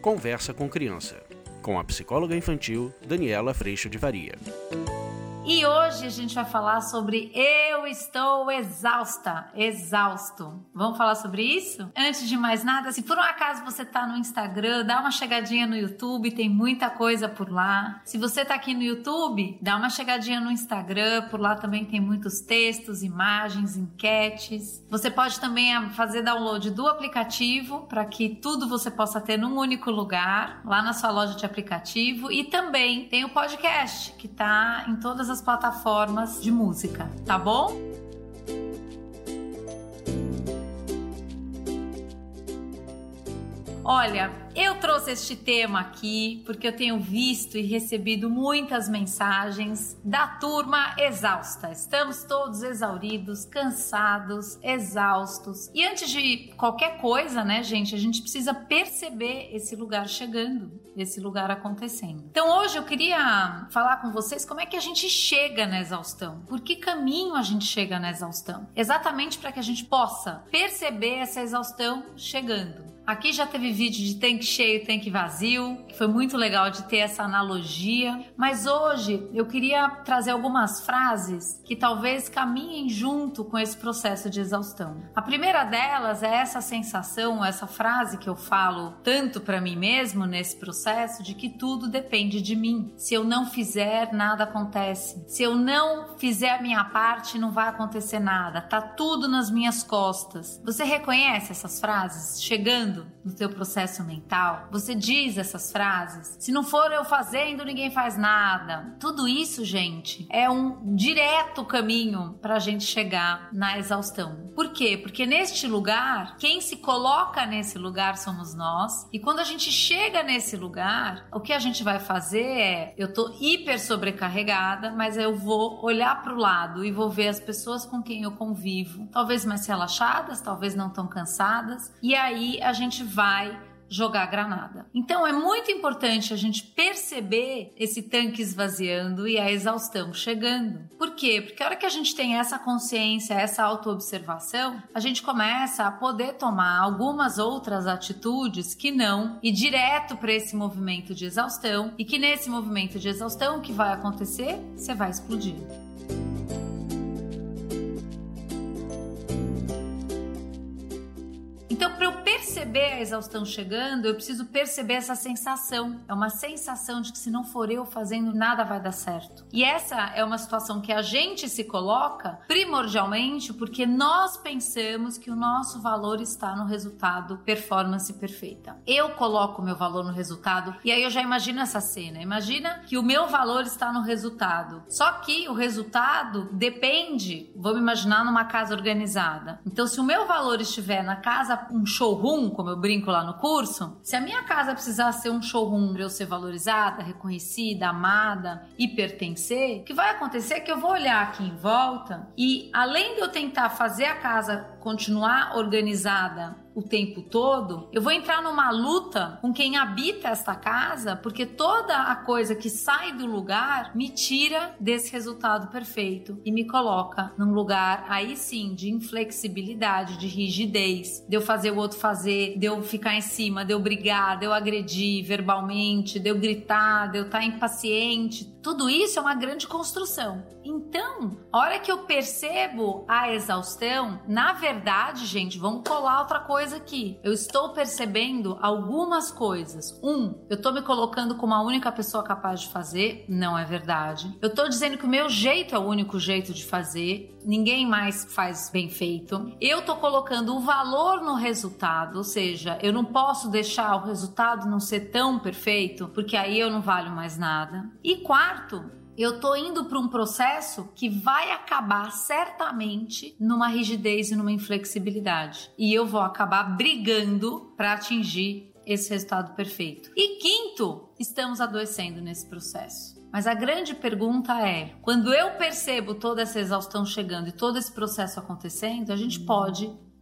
Conversa com Criança, com a psicóloga infantil Daniela Freixo de Varia. E hoje a gente vai falar sobre eu estou exausta, exausto. Vamos falar sobre isso? Antes de mais nada, se por um acaso você tá no Instagram, dá uma chegadinha no YouTube, tem muita coisa por lá. Se você tá aqui no YouTube, dá uma chegadinha no Instagram, por lá também tem muitos textos, imagens, enquetes. Você pode também fazer download do aplicativo para que tudo você possa ter num único lugar, lá na sua loja de aplicativo. E também tem o podcast, que tá em todas as plataformas de música, tá bom? Olha, eu trouxe este tema aqui porque eu tenho visto e recebido muitas mensagens da turma exausta. Estamos todos exauridos, cansados, exaustos. E antes de qualquer coisa, né, gente, a gente precisa perceber esse lugar chegando, esse lugar acontecendo. Então hoje eu queria falar com vocês como é que a gente chega na exaustão. Por que caminho a gente chega na exaustão? Exatamente para que a gente possa perceber essa exaustão chegando. Aqui já teve vídeo de tanque cheio, tanque vazio, que foi muito legal de ter essa analogia. Mas hoje eu queria trazer algumas frases que talvez caminhem junto com esse processo de exaustão. A primeira delas é essa sensação, essa frase que eu falo tanto para mim mesmo nesse processo de que tudo depende de mim. Se eu não fizer, nada acontece. Se eu não fizer a minha parte, não vai acontecer nada. Tá tudo nas minhas costas. Você reconhece essas frases chegando no teu processo mental? Você diz essas frases? Se não for eu fazendo, ninguém faz nada. Tudo isso, gente, é um direto caminho para a gente chegar na exaustão. Por quê? Porque neste lugar, quem se coloca nesse lugar somos nós. E quando a gente chega nesse lugar, o que a gente vai fazer é, eu tô hiper sobrecarregada, mas eu vou olhar para o lado e vou ver as pessoas com quem eu convivo, talvez mais relaxadas, talvez não tão cansadas, e aí a gente vai jogar a granada. Então é muito importante a gente perceber esse tanque esvaziando e a exaustão chegando. Por quê? Porque a hora que a gente tem essa consciência, essa autoobservação, a gente começa a poder tomar algumas outras atitudes que não ir direto para esse movimento de exaustão, e que nesse movimento de exaustão o que vai acontecer? Você vai explodir. Então, para eu perceber a exaustão chegando, eu preciso perceber essa sensação. É uma sensação de que se não for eu fazendo, nada vai dar certo. E essa é uma situação que a gente se coloca primordialmente porque nós pensamos que o nosso valor está no resultado, performance perfeita. Eu coloco o meu valor no resultado e aí eu já imagino essa cena. Imagina que o meu valor está no resultado. Só que o resultado depende, vamos imaginar numa casa organizada. Então, se o meu valor estiver na casa, um showroom, como eu brinco lá no curso, se a minha casa precisar ser um showroom para eu ser valorizada, reconhecida, amada e pertencer, o que vai acontecer é que eu vou olhar aqui em volta e, além de eu tentar fazer a casa continuar organizada o tempo todo, eu vou entrar numa luta com quem habita esta casa, porque toda a coisa que sai do lugar me tira desse resultado perfeito e me coloca num lugar, aí sim, de inflexibilidade, de rigidez, de eu fazer o outro fazer, de eu ficar em cima, de eu brigar, de eu agredir verbalmente, de eu gritar, de eu estar impaciente. Tudo isso é uma grande construção. Então, a hora que eu percebo a exaustão, na verdade, gente, vamos colar outra coisa aqui. Eu estou percebendo algumas coisas. Eu estou me colocando como a única pessoa capaz de fazer. Não é verdade. Eu estou dizendo que o meu jeito é o único jeito de fazer. Ninguém mais faz bem feito. Eu estou colocando o valor no resultado, ou seja, eu não posso deixar o resultado não ser tão perfeito, porque aí eu não valho mais nada. E quarto, eu tô indo para um processo que vai acabar certamente numa rigidez e numa inflexibilidade. E eu vou acabar brigando para atingir esse resultado perfeito. E quinto, estamos adoecendo nesse processo. Mas a grande pergunta é, quando eu percebo toda essa exaustão chegando e todo esse processo acontecendo, a gente pode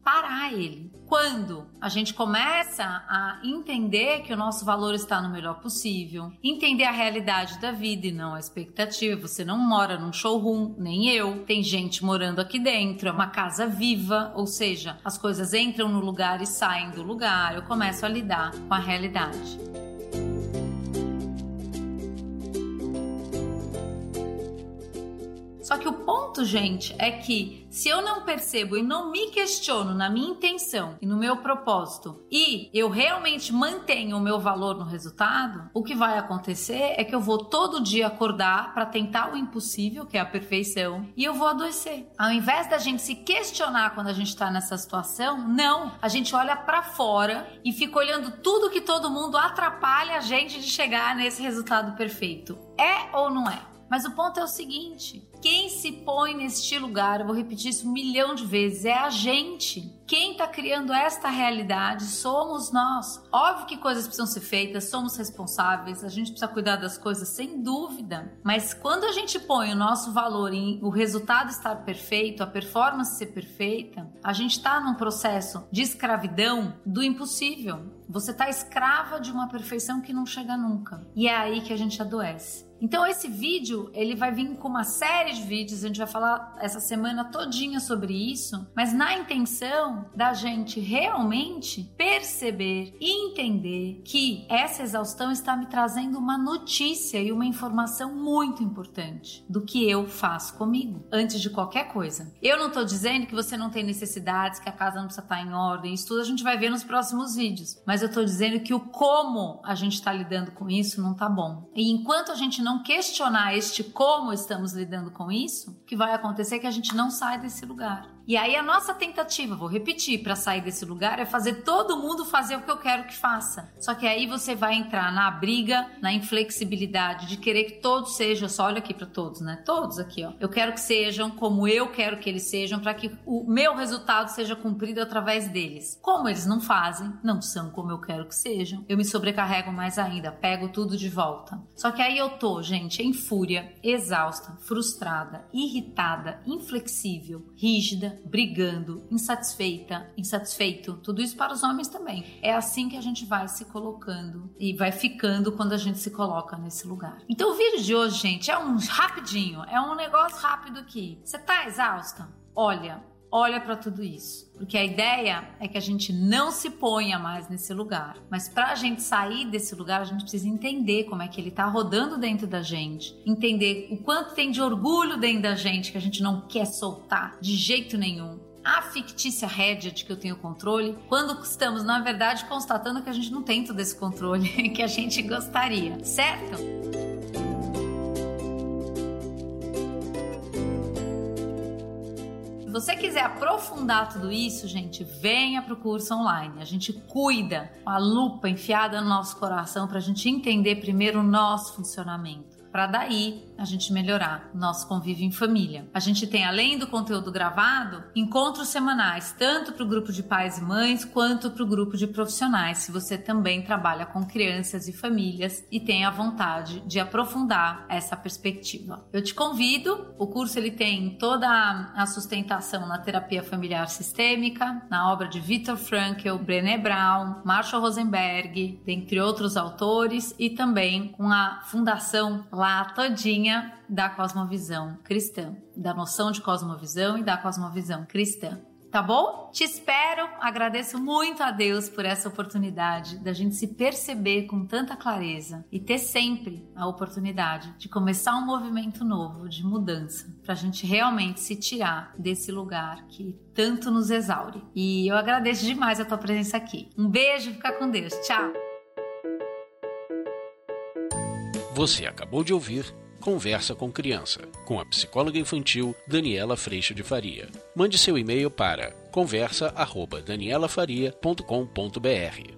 parar ele. Quando a gente começa a entender que o nosso valor está no melhor possível, entender a realidade da vida e não a expectativa. Você não mora num showroom, nem eu. Tem gente morando aqui dentro, é uma casa viva, ou seja, as coisas entram no lugar e saem do lugar. Eu começo a lidar com a realidade. Só que o ponto, gente, é que se eu não percebo e não me questiono na minha intenção e no meu propósito e eu realmente mantenho o meu valor no resultado, o que vai acontecer é que eu vou todo dia acordar para tentar o impossível, que é a perfeição, e eu vou adoecer. Ao invés da gente se questionar quando a gente está nessa situação, não, a gente olha para fora e fica olhando tudo que todo mundo atrapalha a gente de chegar nesse resultado perfeito. É ou não é? Mas o ponto é o seguinte, quem se põe neste lugar, eu vou repetir isso 1 milhão de vezes, é a gente. Quem está criando esta realidade somos nós. Óbvio que coisas precisam ser feitas, somos responsáveis, a gente precisa cuidar das coisas sem dúvida. Mas quando a gente põe o nosso valor em o resultado estar perfeito, a performance ser perfeita, a gente está num processo de escravidão do impossível. Você está escrava de uma perfeição que não chega nunca. E é aí que a gente adoece. Então esse vídeo, ele vai vir com uma série de vídeos, a gente vai falar essa semana todinha sobre isso, mas na intenção da gente realmente perceber e entender que essa exaustão está me trazendo uma notícia e uma informação muito importante do que eu faço comigo, antes de qualquer coisa. Eu não estou dizendo que você não tem necessidades, que a casa não precisa estar em ordem, isso tudo a gente vai ver nos próximos vídeos, mas eu estou dizendo que o como a gente está lidando com isso não está bom. E enquanto a gente não questionar este como estamos lidando com isso, o que vai acontecer é que a gente não sai desse lugar. E aí a nossa tentativa, vou repetir, para sair desse lugar é fazer todo mundo fazer o que eu quero que faça. Só que aí você vai entrar na briga, na inflexibilidade de querer que todos sejam, só olha aqui para todos, né? Todos aqui, ó. Eu quero que sejam como eu quero que eles sejam para que o meu resultado seja cumprido através deles. Como eles não fazem, não são como eu quero que sejam, eu me sobrecarrego mais ainda, pego tudo de volta. Só que aí eu tô, gente, em fúria, exausta, frustrada, irritada, inflexível, rígida, brigando, insatisfeito, tudo isso para os homens também. É assim que a gente vai se colocando e vai ficando quando a gente se coloca nesse lugar. Então o vídeo de hoje, gente, é um rapidinho, é um negócio rápido aqui. Você tá exausta? Olha para tudo isso, porque a ideia é que a gente não se ponha mais nesse lugar, mas para a gente sair desse lugar, a gente precisa entender como é que ele tá rodando dentro da gente, entender o quanto tem de orgulho dentro da gente que a gente não quer soltar de jeito nenhum. A fictícia rédea de que eu tenho controle, quando estamos, na verdade, constatando que a gente não tem todo esse controle que a gente gostaria, certo? Se você quiser aprofundar tudo isso, gente, venha para o curso online. A gente cuida com a lupa enfiada no nosso coração para a gente entender primeiro o nosso funcionamento, para daí a gente melhorar o nosso convívio em família. A gente tem, além do conteúdo gravado, encontros semanais, tanto para o grupo de pais e mães, quanto para o grupo de profissionais, se você também trabalha com crianças e famílias e tem a vontade de aprofundar essa perspectiva. Eu te convido, o curso ele tem toda a sustentação na terapia familiar sistêmica, na obra de Viktor Frankl, Brené Brown, Marshall Rosenberg, dentre outros autores, e também com a fundação lá todinha da cosmovisão cristã, da noção de cosmovisão e da cosmovisão cristã. Tá bom? Te espero, agradeço muito a Deus por essa oportunidade da gente se perceber com tanta clareza e ter sempre a oportunidade de começar um movimento novo de mudança, pra gente realmente se tirar desse lugar que tanto nos exaure. E eu agradeço demais a tua presença aqui. Um beijo, fica com Deus. Tchau! Você acabou de ouvir Conversa com Criança, com a psicóloga infantil Daniela Freixo de Faria. Mande seu e-mail para conversa@danielafaria.com.br.